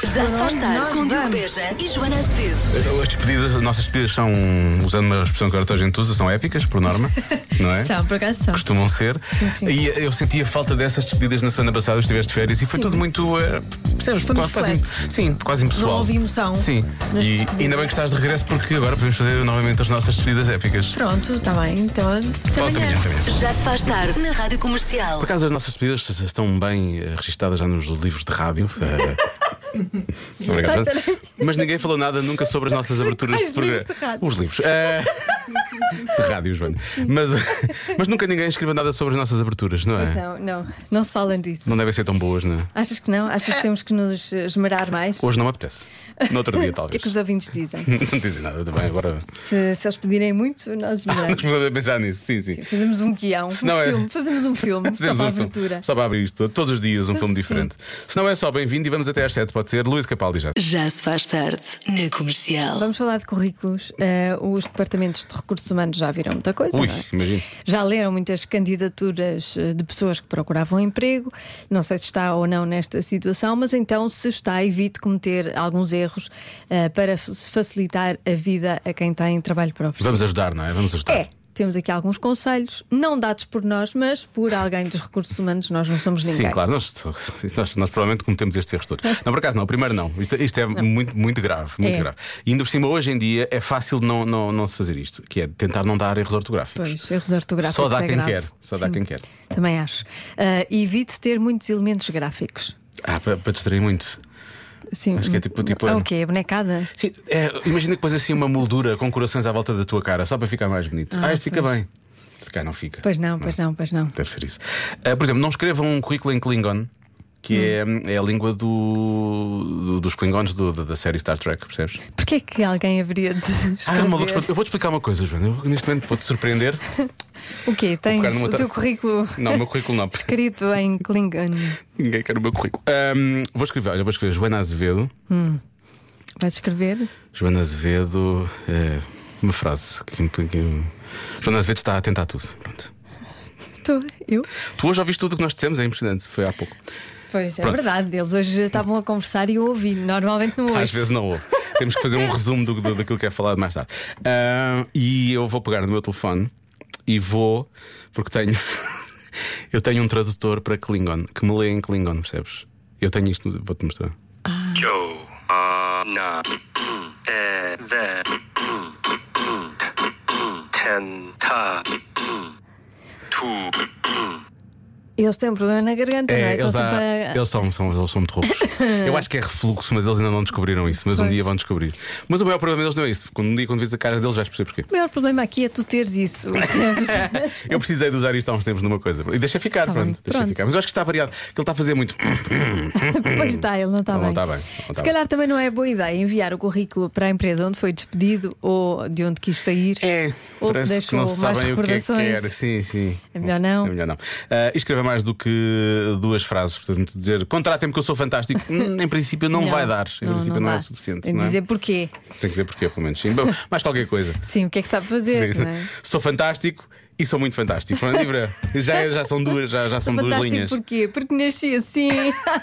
Já se faz tarde com Diogo Beja e Joana Azevedo. As despedidas, as nossas despedidas são, usando uma expressão que agora toda a gente usa, são épicas, por norma, não é? São, por acaso são. Costumam ser. Sim. E eu sentia falta dessas despedidas na semana passada, estiveste de férias e foi tudo muito. Percebes? Foi muito flat. Sim, quase impessoal. Não houve emoção. Sim. Nas E despedidas. ainda bem que estás de regresso porque agora podemos fazer novamente as nossas despedidas épicas. Pronto, está bem. Então, até Volta amanhã. amanhã. Já se faz tarde na Rádio Comercial. Por acaso as nossas despedidas estão bem registadas já nos livros de rádio. Obrigado. Mas ninguém falou nada nunca sobre as nossas aberturas Quais de programa. livros de rádio? Os livros. De rádio, Joana. Mas nunca ninguém escreveu nada sobre as nossas aberturas, não é? Pois não se fala disso. Não devem ser tão boas, não é? Achas que não? Achas que temos que nos esmerar mais? Hoje não me apetece. No outro dia, O que é talvez. que os ouvintes dizem? Não dizem nada também. Agora. Se eles pedirem muito, nós esmeramos. Começamos a pensar nisso. Sim. Fazemos um guião, não é- filme. Fazemos um filme só Fazemos para a um filme. abertura. Só para abrir isto. Todos os dias um filme Sim. diferente. Se não é só bem-vindo e vamos até às 7, pode ser. Luís Capaldi já. Já se faz tarde na Comercial. Vamos falar de currículos. Os departamentos de recursos humanos já viram muita coisa. Ui, não é? imagino. Já leram muitas candidaturas de pessoas que procuravam emprego. Não sei se está ou não nesta situação, mas então, se está, evite cometer alguns erros para facilitar a vida a quem tem trabalho para oferecer. Vamos ajudar, não é? Vamos ajudar. Temos aqui alguns conselhos, não dados por nós, mas por alguém dos recursos humanos. Nós não somos ninguém. Sim, claro, nós provavelmente cometemos estes erros todos. Não, por acaso não, o primeiro não. Isto é muito grave, muito grave. E ainda por cima, hoje em dia, é fácil não se fazer isto, que é tentar não dar erros ortográficos. Pois, erros ortográficos. Só dá é quem grave. quer. Só dá Sim, quem quer. Também acho. Evite ter muitos elementos gráficos. Para distrair muito. Sim. Acho que é tipo. O quê? Bonecada? Sim, imagina que pões assim uma moldura com corações à volta da tua cara, só para ficar mais bonito. Isto fica pois. bem. Se calhar não fica. Pois não. Deve ser isso. Por exemplo, não escrevam um currículo em Klingon, que é a língua dos Klingons da série Star Trek, percebes? Porquê é que alguém haveria de escrever? Maluco, eu vou-te explicar uma coisa, Joana. Eu, neste momento vou-te surpreender. O quê? Tens pegar numa o teu currículo Não, o meu currículo não. escrito em Klingon? Ninguém quer o meu currículo. Vou escrever Joana Azevedo. Vais escrever? Joana Azevedo, uma frase que Joana Azevedo está atenta a tudo. Pronto. Eu? Tu hoje ouviste tudo o que nós dissemos, é impressionante, foi há pouco. Pois, é Pronto. verdade. Eles hoje estavam a conversar e eu ouvi. Normalmente não ouço. Às vezes não houve. Temos que fazer um resumo daquilo que é falado mais tarde. E eu vou pegar no meu telefone e porque eu tenho um tradutor para Klingon que me lê em Klingon, percebes? Eu tenho isto, vou-te mostrar. Na Tenta Tu Eles têm um problema na garganta, não é? Eles são muito roubos. Eu acho que é refluxo, mas eles ainda não descobriram isso. Mas um dia vão descobrir. Mas o maior problema deles não é isso. Um dia, quando vês a cara deles, vais perceber porquê. O maior problema aqui é tu teres isso. Eu precisei de usar isto há uns tempos numa coisa. E deixa ficar, Tá bem, Deixa pronto. ficar. Mas eu acho que está variado. Que ele está a fazer muito. Pois está, ele não está Não bem. está bem. Se calhar também não é boa ideia enviar o currículo para a empresa onde foi despedido ou de onde quis sair. Ou Ou parece que deixou não se mais sabem o que é que recordações. quer. Sim. É melhor não. É melhor não. Escreva mais do que duas frases. Portanto, dizer contratem-me que eu sou fantástico. Em princípio, não vai dar. Em princípio, não é dá. suficiente. Tem de não é? dizer porquê. Tem que dizer porquê, pelo menos. Sim. Mais qualquer coisa. Sim, o que é que sabe fazer, Sim. não é? Sou fantástico e sou muito fantástico. Pronto, já são duas, já são duas Fantástico linhas. porquê? Porque nasci assim.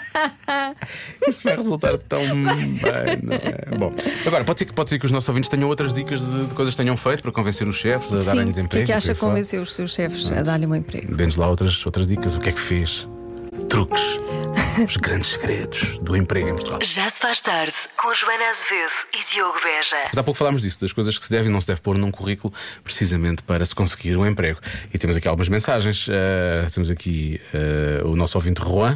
Isso vai resultar tão bem, não é? Bom, agora pode ser que os nossos ouvintes tenham outras dicas de coisas que tenham feito para convencer os chefes a darem-lhes Sim, o que é emprego. que acha por aí fora. convencer os seus chefes a dar-lhe um emprego? Dê-nos lá outras dicas. O que é que fez? Truques. Os grandes segredos do emprego em Portugal. Já se faz tarde com Joana Azevedo e Diogo Beja. Mas há pouco falámos disso, das coisas que se deve e não se deve pôr num currículo, precisamente para se conseguir um emprego. E temos aqui algumas mensagens. Temos aqui o nosso ouvinte Juan.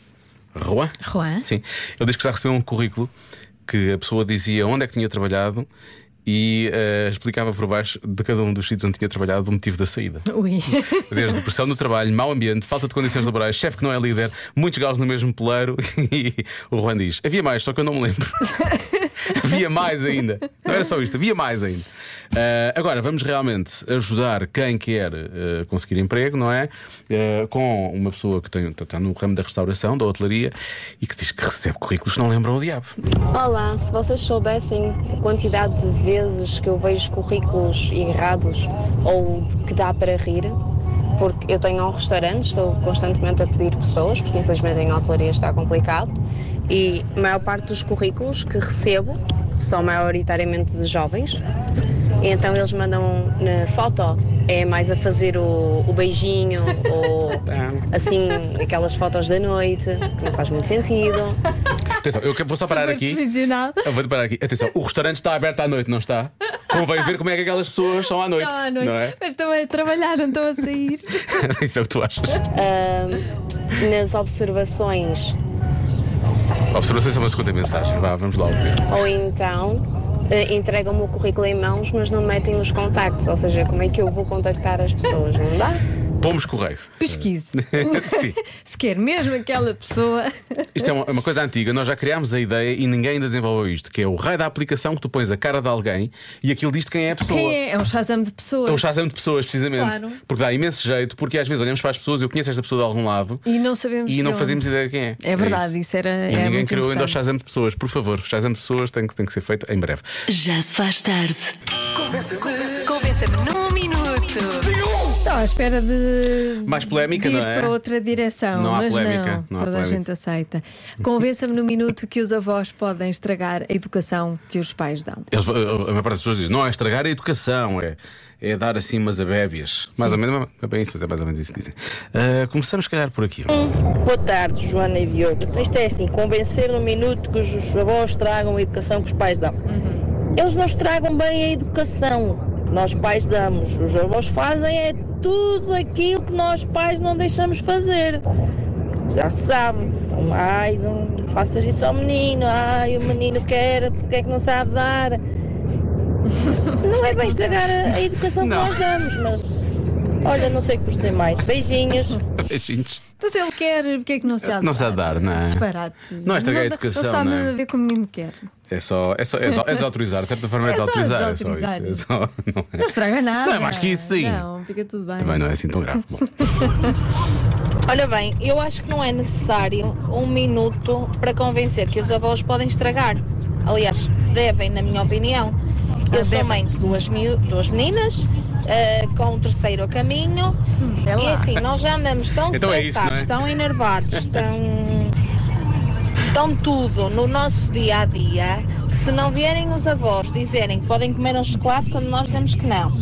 Juan? Sim. Ele diz que já recebeu um currículo que a pessoa dizia onde é que tinha trabalhado e explicava por baixo de cada um dos sítios onde tinha trabalhado o motivo da saída. Ui. Desde pressão no trabalho, mau ambiente, falta de condições laborais, chefe que não é líder, muitos galos no mesmo peleiro. E o Juan diz: havia mais, só que eu não me lembro. Havia mais ainda. Não era só isto, havia mais ainda. Agora vamos realmente ajudar quem quer conseguir emprego, não é? Com uma pessoa que está no ramo da restauração, da hotelaria, e que diz que recebe currículos que não lembram o diabo. Olá, se vocês soubessem a quantidade de vezes que eu vejo currículos errados ou que dá para rir, porque eu tenho um restaurante, estou constantemente a pedir pessoas, porque infelizmente em hotelaria está complicado, E a maior parte dos currículos que recebo são maioritariamente de jovens. E então eles mandam na foto, é mais a fazer o beijinho ou assim, aquelas fotos da noite, que não faz muito sentido. Atenção, eu vou só parar Super aqui. profissional. Eu vou parar aqui. Atenção, o restaurante está aberto à noite, não está? Convém ver como é que aquelas pessoas são à noite. Não, à noite. Não é? Mas estão a trabalhar, não estão a sair. Isso é o que tu achas. Nas observações, Observações é uma segunda mensagem. Vá, vamos lá ouvir. ou então entregam-me o currículo em mãos, mas não metem os contactos. Ou seja, como é que eu vou contactar as pessoas? Não dá? Pomos correio. Pesquise. Sim. Se quer mesmo aquela pessoa. Isto é uma coisa antiga, nós já criámos a ideia e ninguém ainda desenvolveu isto, que é o raio da aplicação que tu pões a cara de alguém e aquilo diz quem é a pessoa. Quem é? É um Shazam de pessoas. É um Shazam de pessoas, precisamente. Claro. Porque dá imenso jeito, porque às vezes olhamos para as pessoas, eu conheço esta pessoa de algum lado E não sabemos. e não de fazemos onde. ideia de quem é. É verdade, isso era. E é ninguém muito criou ainda o importante. Shazam de pessoas. Por favor, o Shazam de pessoas tem que ser feito em breve. Já se faz tarde. Convença-me num minuto. Estou à espera de. Mais polémica, de ir não é? para outra direção. Não há mas polémica, não há toda a polémica. gente aceita. Convença-me no minuto que os avós podem estragar a educação que os pais dão. A maior parte das pessoas diz: não é estragar a educação, é dar assim umas abébias. Mais ou menos, é bem isso, mas é mais ou menos isso que dizem. Começamos, se calhar, por aqui. Boa tarde, Joana e Diogo. Então, isto é assim: convencer no minuto que os avós tragam a educação que os pais dão. Eles não estragam bem a educação que nós pais damos. Os avós fazem é tudo aquilo que nós pais não deixamos fazer. Já se sabe. Então, ai, não faças isso ao menino. Ai, o menino quer, porque é que não sabe dar? Não é bem estragar a educação que Não. nós damos, mas olha, não sei o que por ser mais. Beijinhos. Beijinhos. Então, se ele quer, porque é que não se há de Não se há de dar, não é? Disparate. Não é estragar a educação, Não está não é? mesmo a ver como o menino quer. É desautorizar, de certa forma é É só desautorizar. desautorizar. É só, não é? Não estraga nada. Não é mais que isso, sim. Não, fica tudo bem. Também não é assim tão grave. Bom. Olha bem, eu acho que não é necessário um minuto para convencer que os avós podem estragar. Aliás, devem, na minha opinião. Eu sou mãe de duas meninas, com o terceiro a caminho. É E lá. assim, nós já andamos tão Então é isso, estressados, não é? tão enervados, tão tudo no nosso dia a dia, que se não vierem os avós dizerem que podem comer um chocolate quando nós dizemos que não.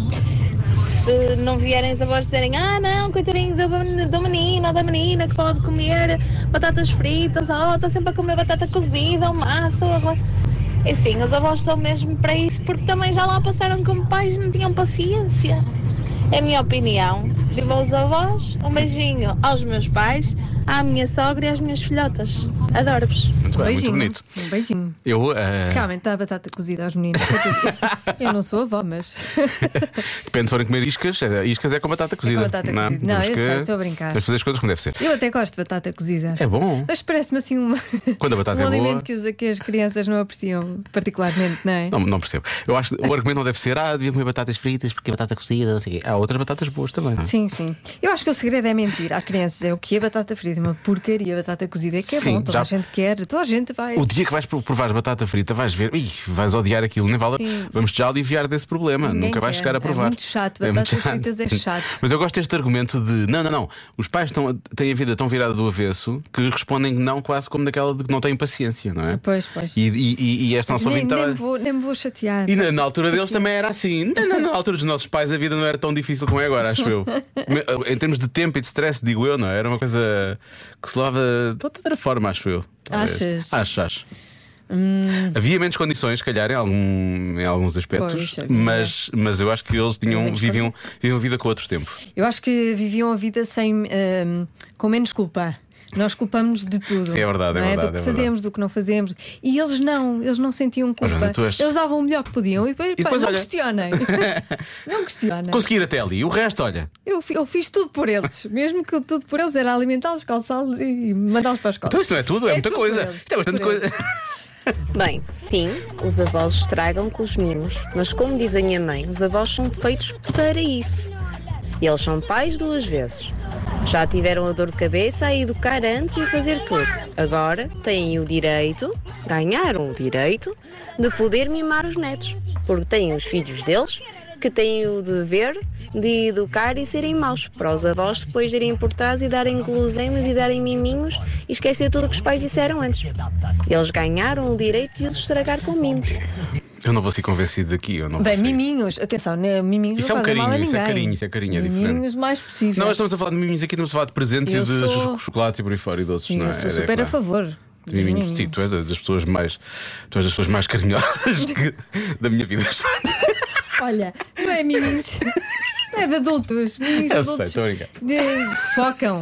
Se não vierem os avós dizerem, não, coitadinho do menino ou da menina que pode comer batatas fritas, está sempre a comer batata cozida, ou massa, ou arroz. E sim, os avós são mesmo para isso, porque também já lá passaram como pais e não tinham paciência. É a minha opinião. Viva os avós, um beijinho aos meus pais, à minha sogra e às minhas filhotas. Adoro-vos. Muito Um bem, muito beijinho. bonito. Um beijinho. Eu, Realmente dá batata cozida aos meninos. Eu não sou avó, mas. depende se forem comer iscas. Iscas é com batata cozida. batata cozida. Não, Temos eu que- sei, estou a brincar. Temos que fazer as coisas como deve ser. Eu até gosto de batata cozida. É bom. Mas parece-me assim Quando a batata um é boa. alimento que as crianças não apreciam particularmente, não é? Não percebo. Eu acho que o argumento não deve ser devia comer batatas fritas porque a batata cozida, não sei o quê. Há outras batatas boas também. Não é? Sim, sim. Eu acho que o segredo é mentir às crianças. É o que é batata frita, uma porcaria. Batata cozida é que é Sim, bom, toda já- a gente quer, toda a gente vai. O dia que vais provar batata frita, vais ver, vais odiar aquilo, nem vale. Sim. Vamos já aliviar desse problema. Ninguém Nunca vais quer. chegar a provar. É muito chato, muito batatas fritas é chato. Mas eu gosto deste argumento de não. Os pais têm a vida tão virada do avesso que respondem que não, quase como daquela de que não têm paciência, não é? Pois. E esta nossa nem, ouvinte nem, estava. nem me vou chatear. E na altura deles também era assim. Na altura dos nossos pais a vida não era tão difícil como é agora, acho eu. Em termos de tempo e de stress, digo eu, não é? Era uma coisa que se levava de outra forma, acho eu. Achas? Acho. Havia menos condições, se calhar, em alguns aspectos, Pois, havia. mas eu acho que eles menos viviam a vida com outro tempo. Eu acho que viviam a vida com menos culpa. Nós culpamos de tudo. Sim, é verdade, não é verdade, do que é fazemos, do que não fazemos. E eles não sentiam culpa. Joana, tu és- Eles davam o melhor que podiam. E depois, depois, não olha- questionem. Não questionem. Conseguir até ali, o resto, olha. Eu fiz tudo por eles. Mesmo que tudo por eles era alimentá-los, calçá-los e mandá-los para a escola. Então isto não é tudo, é muita tudo coisa. por eles, Isto é bastante tudo por coisa. Bem, sim, os avós estragam com os mimos, mas como diz a minha mãe, os avós são feitos para isso. E eles são pais 2 vezes. Já tiveram a dor de cabeça a educar antes e a fazer tudo. Agora têm o direito, ganharam o direito, de poder mimar os netos, porque têm os filhos deles que têm o dever de educar e serem maus, para os avós depois irem importados e darem guloseimas e darem miminhos e esquecer tudo o que os pais disseram antes. Eles ganharam o direito de os estragar com mimos. Eu não vou ser convencido daqui. Eu não Bem, consigo. miminhos, atenção, né? Miminhos Isso é não um fazem mal a carinho, isso é ninguém. carinho, isso é carinho, é diferente. Miminhos mais possível. Não, nós estamos a falar de miminhos aqui, estamos a falar de presentes Eu e de sou- chocolates e por aí fora e doces, Sim, não é? eu sou É super claro. a favor. dos Miminhos, miminhos. sim, tu és das pessoas mais. Tu és das pessoas mais carinhosas da minha vida. Olha, não é miminhos, é de adultos. Miminhos de Eu sei, adultos estou a brincar. focam.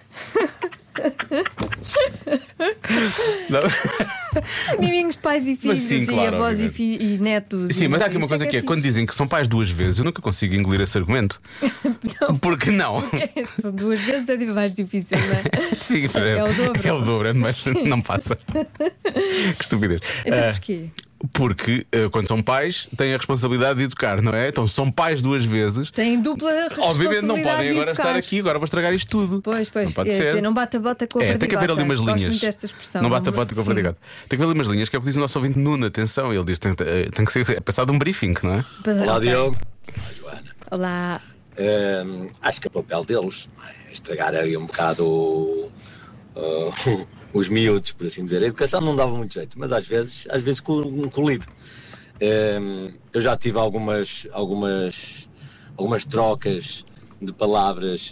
Não. Miminhos de pais e filhos, sim, e claro, avós obviamente. e netos. Sim, e mas há não aqui sei, uma isso coisa que é: fixe. quando dizem que são pais duas vezes, eu nunca consigo engolir esse argumento. Porque não? São duas vezes é mais difícil, não é? Sim, É o dobro. É o dobro, mas não passa. Que estupidez. Então porquê? Porque quando são pais, têm a responsabilidade de educar, não é? Então são pais duas vezes. Tem dupla responsabilidade. Obviamente não podem de agora educar. estar aqui, agora vou estragar isto tudo. Pois, Não pode é ser. dizer, não bate a bota com a Tem que haver ali umas Gosto linhas. muito desta expressão. Não bate a bota com a Sim. perdigota. Tem que haver ali umas linhas, que é o que diz o nosso ouvinte Nuno. Atenção, ele diz que tem que ser passado um briefing, não é? Pois é, Olá, ok. Diogo. Olá, Joana. Olá. Acho que o papel deles é estragar aí um bocado os miúdos, por assim dizer. A educação não dava muito jeito, mas às vezes colido. Eu já tive algumas trocas de palavras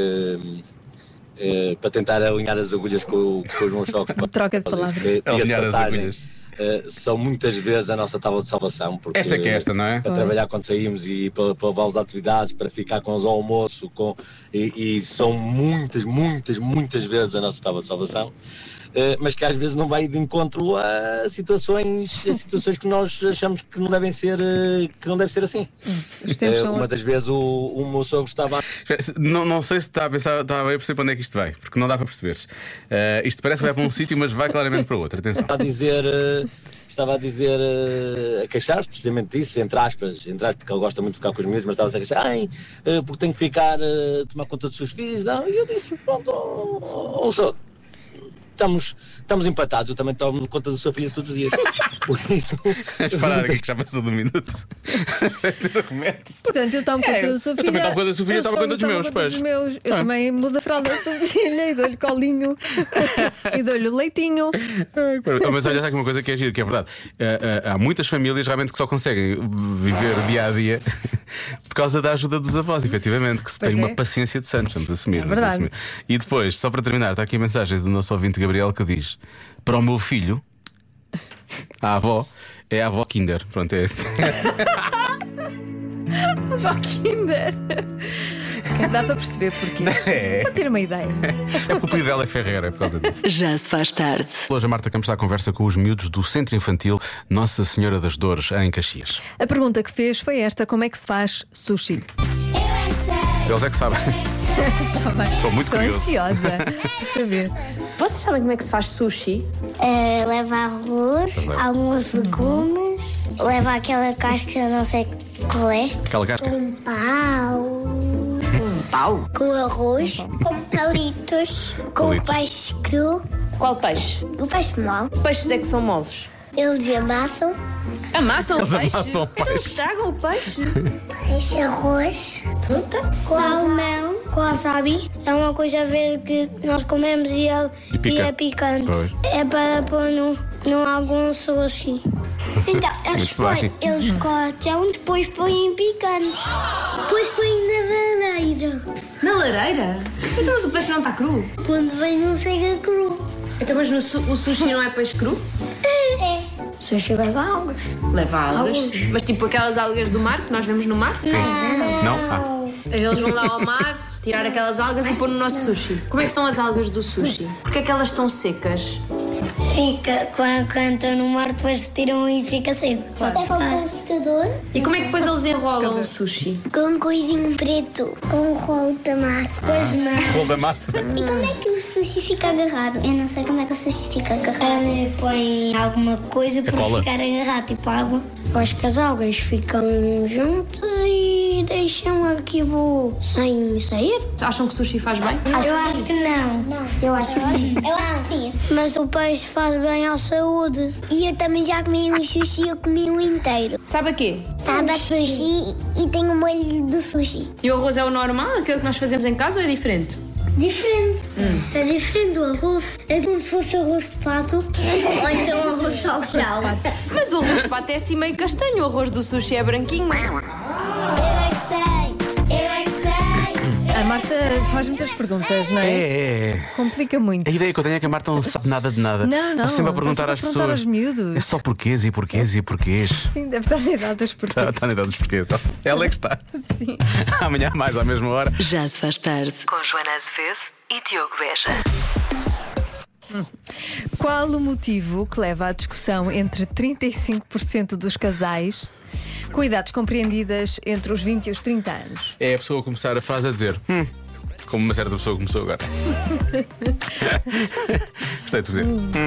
para tentar alinhar as agulhas com os meus sogros. Troca de palavras. Alinhar as agulhas. São muitas vezes a nossa tábua de salvação. Porque, Esta é que é esta, não é? Para trabalhar quando saímos e para levar as atividades, para ficar com os ao almoço. E são muitas vezes a nossa tábua de salvação. Mas que às vezes não vai de encontro a situações que nós achamos que não devem ser, que não deve ser assim. Os tempos são Uma das vezes o meu sogro estava. Não sei se está a pensar, está a perceber para onde é que isto vai, porque não dá para perceber. Isto parece que vai para um sítio, mas vai claramente para outro. Atenção. Estava a dizer, a queixar-se precisamente disso, entre aspas, porque ele gosta muito de ficar com os miúdos, mas estava a queixar, porque tem que ficar, tomar conta dos seus filhos. E eu disse, pronto, sogro. Estamos empatados, eu também tomo conta da sua filha todos os dias. Por isso. Vamos parar aqui que já passou de um minuto. Portanto, eu tomo conta da sua filha. Eu também tomo conta da sua filha e tomo conta dos meus, pois. Eu também mudo a fralda da sua filha e dou-lhe colinho e dou-lhe o leitinho. Mas olha, está aqui uma coisa que é giro, que é verdade. Há muitas famílias realmente que só conseguem viver dia a dia por causa da ajuda dos avós, efetivamente, que se Pois tem é. uma paciência de santos, vamos assumir. É verdade. E depois, só para terminar, está aqui a mensagem do nosso ouvinte Gabriel que diz: para o meu filho, a avó é a avó Kinder. Pronto, é esse. Avó Kinder. Dá para perceber porquê. É. Para ter uma ideia. É porque o pedido dela é Ferreira, é por causa disso. Já se faz tarde. Hoje a Marta Campos está à conversa com os miúdos do Centro Infantil Nossa Senhora das Dores, em Caxias. A pergunta que fez foi esta: como é que se faz sushi? Eles é que sabem. Estou muito Estou curioso. ansiosa por saber. Vocês sabem como é que se faz sushi? Leva arroz, alguns legumes, leva aquela casca, não sei qual é, Aquela casca. pau, com arroz, com palitos, com Palitos. peixe cru, Qual peixe? o peixe mole. Peixes é que são moles. Eles amassam Amassam Eles o peixe? amassam o Então peixe. estragam o peixe? peixe, arroz, fruta, salmão, com wasabi. É uma coisa verde que nós comemos e pica. é picante. Pois. É para pôr no algum sushi. Então, eles Muito bem. eles cortam, depois põem picantes. Depois põem na vareira. Na lareira? Então mas o peixe não está cru? Quando vem não chega cru. Então mas o sushi não é peixe cru? É. Sushi leva algas. Leva algas. Algas. Mas tipo aquelas algas do mar que nós vemos no mar? Não? Ah. Eles vão lá ao mar, tirar aquelas algas e pôr no nosso sushi. Como é que são as algas do sushi? Porquê é que elas estão secas? Fica, quando estão no mar, depois se tiram e fica seco. É com um secador. E como é que depois eles enrolam o sushi? Com um coisinho preto. Com um rolo da massa. Com as mãos. Rolo da massa. E como é que o sushi fica agarrado? Eu não sei como é que o sushi fica agarrado. Põe alguma coisa para cola. ficar agarrado, tipo água. Acho que as algas ficam juntas e e deixam aqui vou sem sair? Acham que sushi faz bem? Eu acho que não. Eu acho que sim. Eu acho que sim. Mas o peixe faz bem à saúde. E eu também já comi um sushi, eu comi um inteiro. Sabe a quê? Sabe a sushi e tem um molho de sushi. E o arroz é o normal, aquele que nós fazemos em casa ou é diferente? Diferente. É diferente do arroz. É como se fosse arroz de pato. Ou então arroz salchau. Mas o arroz de pato é assim meio castanho, o arroz do sushi é branquinho. Eu é que sei. Eu é que sei. A Marta faz muitas perguntas, não é? É. Complica muito. A ideia que eu tenho é que a Marta não sabe nada de nada. Não. Está sempre a perguntar está às sempre a perguntar pessoas. aos miúdos. É só porquês e porquês e porquês. Sim, deve estar na idade dos porquês. Está na idade dos porquês. Ela é que está. Sim. Amanhã, mais à mesma hora. Já se faz tarde com Joana Azevedo e Diogo Beja. Qual o motivo que leva à discussão entre 35% dos casais com idades compreendidas entre os 20 e os 30 anos? É a pessoa começar a frase a dizer como uma certa pessoa começou agora. Gostei de dizer.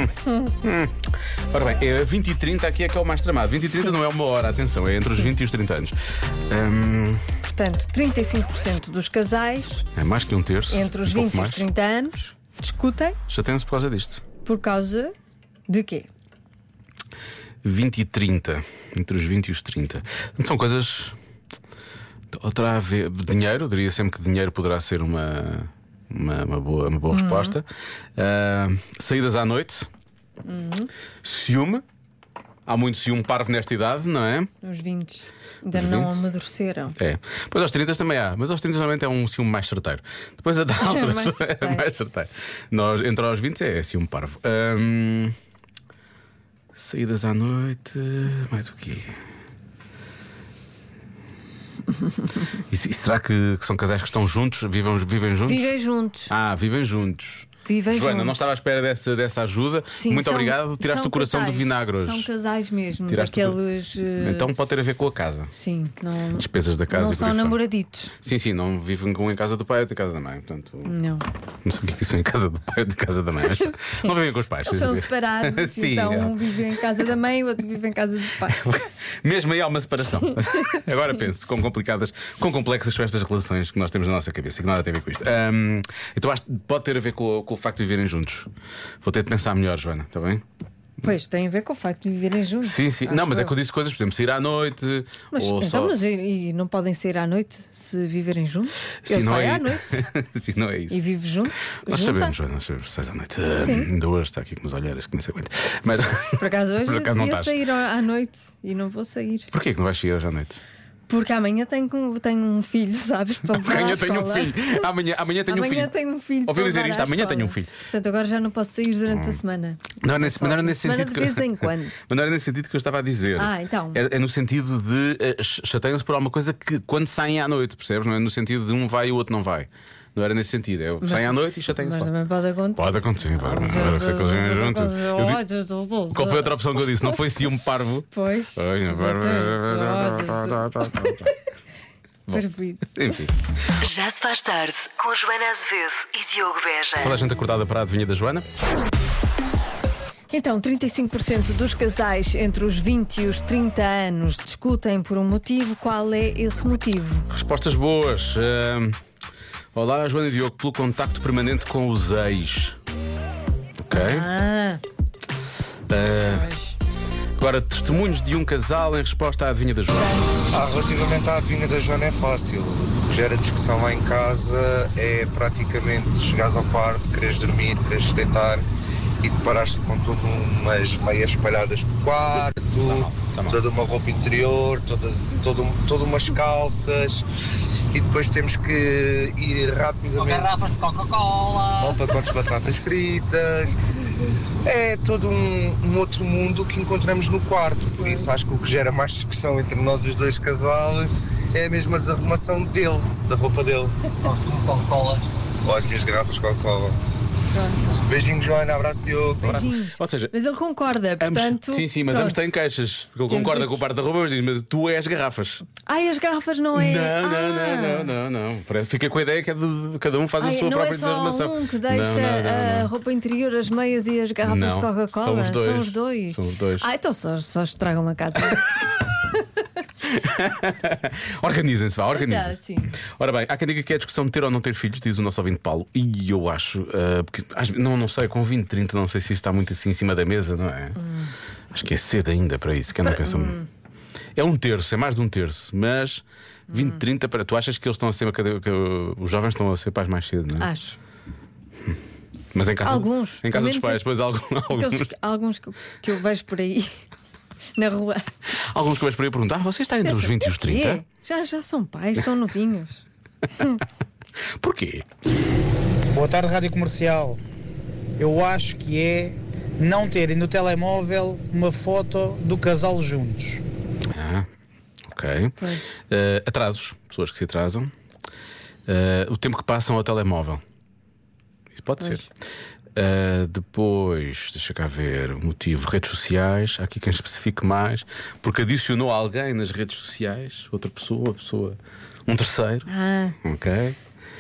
Ora bem, 20 e 30 aqui é que é o mais tramado. 20 e 30 não é uma hora, atenção, é entre os 20 e os 30 anos. Portanto, 35% dos casais É mais que um terço. entre os um pouco 20 e os mais. 30 anos discutem Chateiam-se por causa disto. por causa de quê? 20 e 30. Entre os 20 e os 30. São coisas. Outra vez. Dinheiro, diria sempre que dinheiro poderá ser uma boa resposta. Saídas à noite. Ciúme. Há muito ciúme parvo nesta idade, não é? Os 20 ainda Os não 20? amadureceram. É. Depois aos 30 também há, mas aos 30 normalmente é um ciúme mais certeiro. Depois a da altura Mais certeiro. é mais certeiro. Entre aos 20 é ciúme parvo. Saídas à noite. Mais o quê? E será que são casais que estão juntos? Vivem juntos? Vivem juntos. Vivem juntos. Vivem Joana, juntos. não estava à espera dessa ajuda. Sim, Muito são- obrigado. Tiraste são o coração casais. do vinagre hoje. São casais mesmo, Tiraste daqueles. Então pode ter a ver com a casa. Sim, não, Despesas da casa não e por são aí fora. namoraditos. Sim, não vivem com em casa do pai ou em casa da mãe. Portanto, Não. não sei o que é isso em casa do pai ou de casa da mãe. Mas não vivem com os pais. Eles são separados, Sim, então é. um vive em casa da mãe e o outro vive em casa do pai. Mesmo aí há uma separação. Agora penso, quão complexas são estas relações que nós temos na nossa cabeça, que nada tem a ver com isto. Então acho que pode ter a ver com o facto de viverem juntos. Vou ter de pensar melhor, Joana, está bem? Pois, tem a ver com o facto de viverem juntos. Sim. acho Não, mas é eu. que eu disse coisas, por exemplo, sair à noite. Mas, ou então, só. mas e não podem sair à noite se viverem juntos? Eu Sim, não saio é... à noite Sim, não é isso. e vivo junto. Nós junta. sabemos, Joana, nós sabemos, 6 à noite. Sim. Ainda hoje está aqui com umas olheiras que nem sei quanto. Mas Por acaso hoje Por acaso não devia estás. sair à noite e não vou sair. porquê que não vais sair hoje à noite? Porque amanhã tenho um filho, sabes? Para levar à Amanhã tenho um escola. filho. Amanhã tenho um filho. Amanhã tenho um filho. Ouviu para dizer levar isto? à Amanhã tenho um escola. filho. Portanto, agora já não posso sair durante a semana. Não era nesse Semana sentido de vez em quando. Mas não era nesse sentido que eu estava a dizer. Então. É no sentido de chateiam-se por alguma coisa que quando saem à noite, percebes? Não é no sentido de um vai e o outro não vai. Não era nesse sentido. Saem à noite e chateiam-se. Mas lá. também pode acontecer. Pode acontecer, pode ser que eles venham juntos. Qual foi a outra opção que eu disse? Não foi ciúme parvo? Pois. Parvoíce. Enfim. Já se faz tarde com Joana Azevedo e Diogo Beja. Toda a gente acordada para a adivinha da Joana? Então, 35% dos casais entre os 20 e os 30 anos discutem por um motivo. Qual é esse motivo? Respostas boas. Olá, Joana e Diogo, pelo contacto permanente com os ex. Ok. Agora, testemunhos de um casal em resposta à adivinha da Joana. Relativamente à adivinha da Joana é fácil. O que gera discussão lá em casa é praticamente chegares ao quarto, queres dormir, queres deitar e deparaste com todas umas meias espalhadas pelo quarto, toda uma roupa interior, todas umas calças e depois temos que ir rapidamente. Com garrafas de Coca-Cola. Ou pacotes de batatas fritas. É todo um outro mundo que encontramos no quarto, por isso acho que o que gera mais discussão entre nós os dois casais é a mesma desarrumação dele, da roupa dele. Nós temos Coca-Cola. Ou as minhas garrafas de Coca-Cola. Pronto. Beijinhos, Joana, abraço, Diogo. Beijinhos. Ou seja, Mas ele concorda, portanto. sim, mas ambos têm queixas. Porque ele Temos concorda aqui. com o parte da roupa, mas diz: mas tu és garrafas. Ai, as garrafas não é. Não. Fica com a ideia que é de cada um faz a sua não própria é só desarrumação. um que deixa a roupa interior, as meias e as garrafas Não, de Coca-Cola. são os dois. São os dois. São os dois. Então só estragam uma casa. Organizem-se, vá, organizem-se. Sim. Ora bem, há quem diga que é a discussão de ter ou não ter filhos, diz o nosso ouvinte Paulo. E eu acho, porque, não sei, com 20, 30, não sei se isso está muito assim em cima da mesa, não é? Acho que é cedo ainda para isso. Quem não pensa. É um terço, é mais de um terço, mas 20, 30, tu achas que eles estão a ser, que os jovens estão a ser pais mais cedo, não é? Acho. Mas em casa, alguns, em casa dos pais, depois alguns que eu vejo por aí na rua. Alguns que eu vejo por aí perguntar: você está entre os 20 e os 30? Já são pais, estão novinhos. Porquê? Boa tarde, Rádio Comercial. Eu acho que é não terem no telemóvel uma foto do casal juntos. Ok. Atrasos, pessoas que se atrasam. O tempo que passam ao telemóvel. Isso pode ser. Depois, deixa cá ver o motivo. Redes sociais. Há aqui quem especifique mais. Porque adicionou alguém nas redes sociais. Outra pessoa, um terceiro. Ok.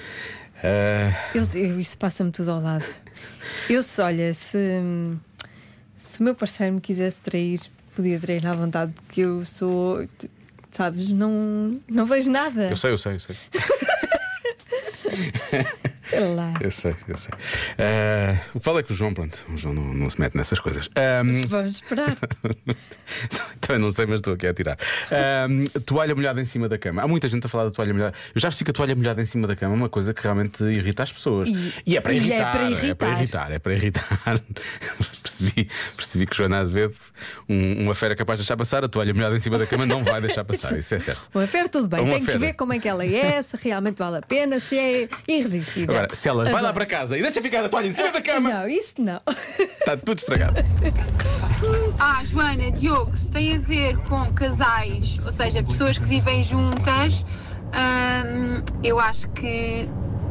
Isso passa-me tudo ao lado. Olha, se o meu parceiro me quisesse trair, podia trair à vontade, porque eu sou, sabes, não vejo nada. Eu sei. Sei lá. Eu sei. O que fala é que o João, o João não se mete nessas coisas. Vamos esperar. Também não sei, mas estou aqui a tirar. Toalha molhada em cima da cama. Há muita gente a falar da toalha molhada. Eu já percebi que a toalha molhada em cima da cama é uma coisa que realmente irrita as pessoas. E é para irritar. É para irritar. Percebi que Joana Azevedo, uma fera capaz de deixar passar, a toalha molhada em cima da cama não vai deixar passar. Isso é certo. Uma fera, tudo bem. Tem que ver como é que ela é, se realmente vale a pena, se é irresistível. Agora, se ela vai lá para casa e deixa ficar a toalha em cima da cama. Não, isso não. Está tudo estragado. Joana, Diogo, se tem a ver com casais, ou seja, pessoas que vivem juntas, eu acho que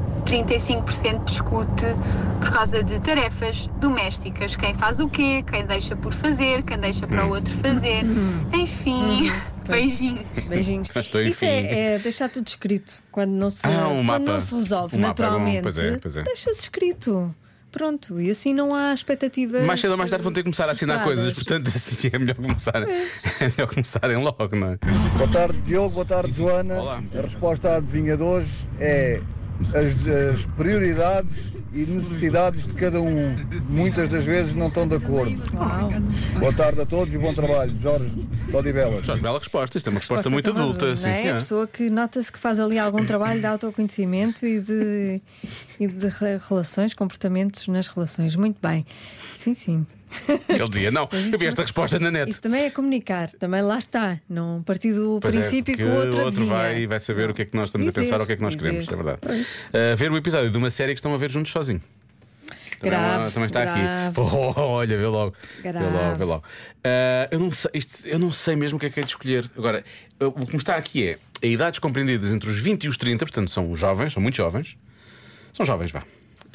35% discute por causa de tarefas domésticas. Quem faz o quê, quem deixa por fazer, quem deixa para o outro fazer. Enfim, beijinhos. Isso é deixar tudo escrito. Quando não se resolve naturalmente, pois é. deixa-se escrito. Pronto, e assim não há expectativas. Mais cedo ou mais tarde vão ter que começar a assinar coisas. Portanto, assim, é melhor começarem logo, não é? Boa tarde, Diogo. Boa tarde, Joana. Olá. A resposta à adivinha de hoje é as prioridades e necessidades de cada um. Muitas das vezes não estão de acordo. Boa tarde a todos e bom trabalho. Jorge de Odivelas. Jorge, bela resposta. Isto é uma resposta muito adulta. Sim, é a pessoa que nota-se que faz ali algum trabalho de autoconhecimento e de relações, comportamentos nas relações. Muito bem. Sim. Ele dizia, não, eu vi esta resposta na net. Isso também é comunicar, também lá está. Não partir do princípio que o outro vai saber o que é que nós estamos a pensar ou o que é que nós queremos, é verdade. Ver o episódio de uma série que estão a ver juntos sozinho. Também está aqui. Olha, vê logo. Vê logo. Eu não sei mesmo o que é de escolher. Agora, o que me está aqui é a idades compreendidas entre os 20 e os 30, portanto são jovens, são muito jovens. São jovens, vá.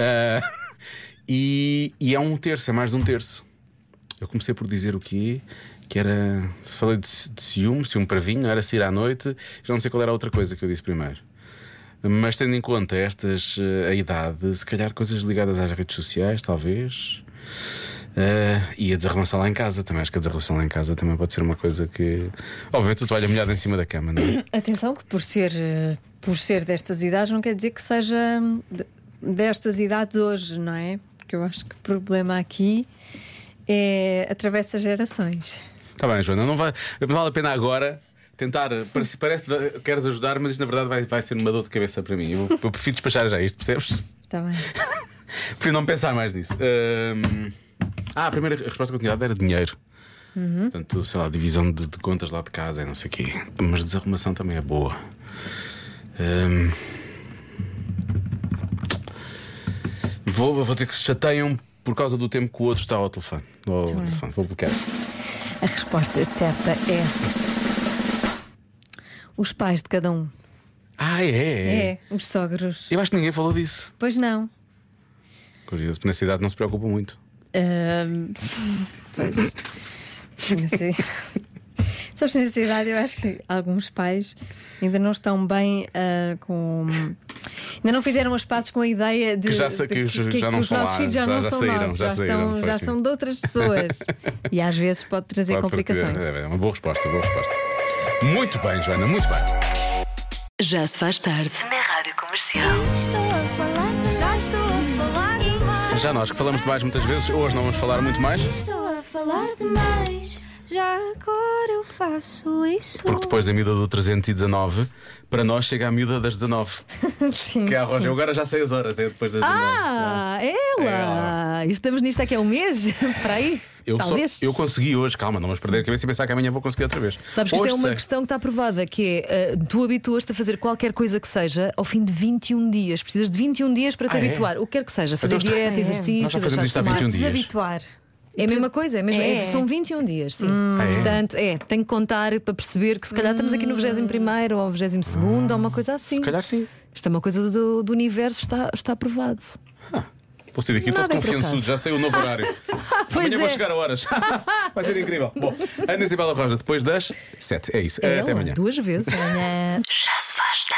E é um terço, é mais de um terço. Eu comecei por dizer o quê? Que era. Falei de ciúme para vinho, era sair à noite. Já não sei qual era a outra coisa que eu disse primeiro. Mas tendo em conta a idade, se calhar coisas ligadas às redes sociais, talvez. E a desarrumação lá em casa também. Acho que a desarrumação lá em casa também pode ser uma coisa que. Obviamente, a toalha molhada em cima da cama, não é? Atenção, que por ser destas idades, não quer dizer que seja destas idades hoje, não é? Porque eu acho que o problema aqui atravessa gerações. Está bem, Joana, não vale a pena agora tentar. Parece que queres ajudar, mas isto na verdade vai ser uma dor de cabeça para mim. Eu prefiro despachar já isto, percebes? Está bem. Prefiro não pensar mais nisso. A primeira resposta que eu tinha dado era dinheiro. Portanto, sei lá, divisão de contas lá de casa e não sei o quê. Mas desarrumação também é boa. Vou ter que se chateiam por causa do tempo que o outro está ao telefone. Vou bloquear. A resposta certa é os pais de cada um. É, os sogros. Eu acho que ninguém falou disso. Pois não. Curioso, nessa idade não se preocupa muito. Pois. Não sei. Sabes, nessa idade eu acho que alguns pais ainda não estão bem ainda não fizeram os passos com a ideia de que os nossos filhos já não são nossos, já são de outras pessoas. E às vezes pode trazer complicações. É uma boa resposta. Muito bem, Joana, muito bem. Já se faz tarde na Rádio Comercial. Estou a falar, já estou a falar demais. Já nós que falamos demais muitas vezes, hoje não vamos falar muito mais. Estou a falar demais. Já agora eu faço isso. Porque depois da miúda do 319, para nós chega a miúda das 19. Sim, Que é a Roja. Eu agora já sei as horas, é depois das 19. Ela! Estamos nisto aqui há um mês? Para aí? Talvez. Eu consegui hoje, calma, não vamos perder a cabeça e pensar que amanhã vou conseguir outra vez. Sabes que isto hoje é uma sei. questão que está provada, que é tu habituas-te a fazer qualquer coisa que seja ao fim de 21 dias. Precisas de 21 dias para te habituar. O que quer que seja, fazer Então, dieta, exercício, nós já fazemos deixar de isto há fumar. 21 dias. Desabituar. É a mesma coisa, são 21 dias, sim. Portanto, tenho que contar para perceber que se calhar estamos aqui no 21º ou 22º ou uma coisa assim. Se calhar sim. Isto é uma coisa do universo, está provado. Vou sair daqui todo Nada é por confiançudo, acaso. já sei o novo horário. Pois Amanhã vou é. chegar a horas. Vai ser incrível. Bom, Ana Isabela Roja, depois das 7. É isso. Até amanhã. 2 vezes. Já se faz tarde.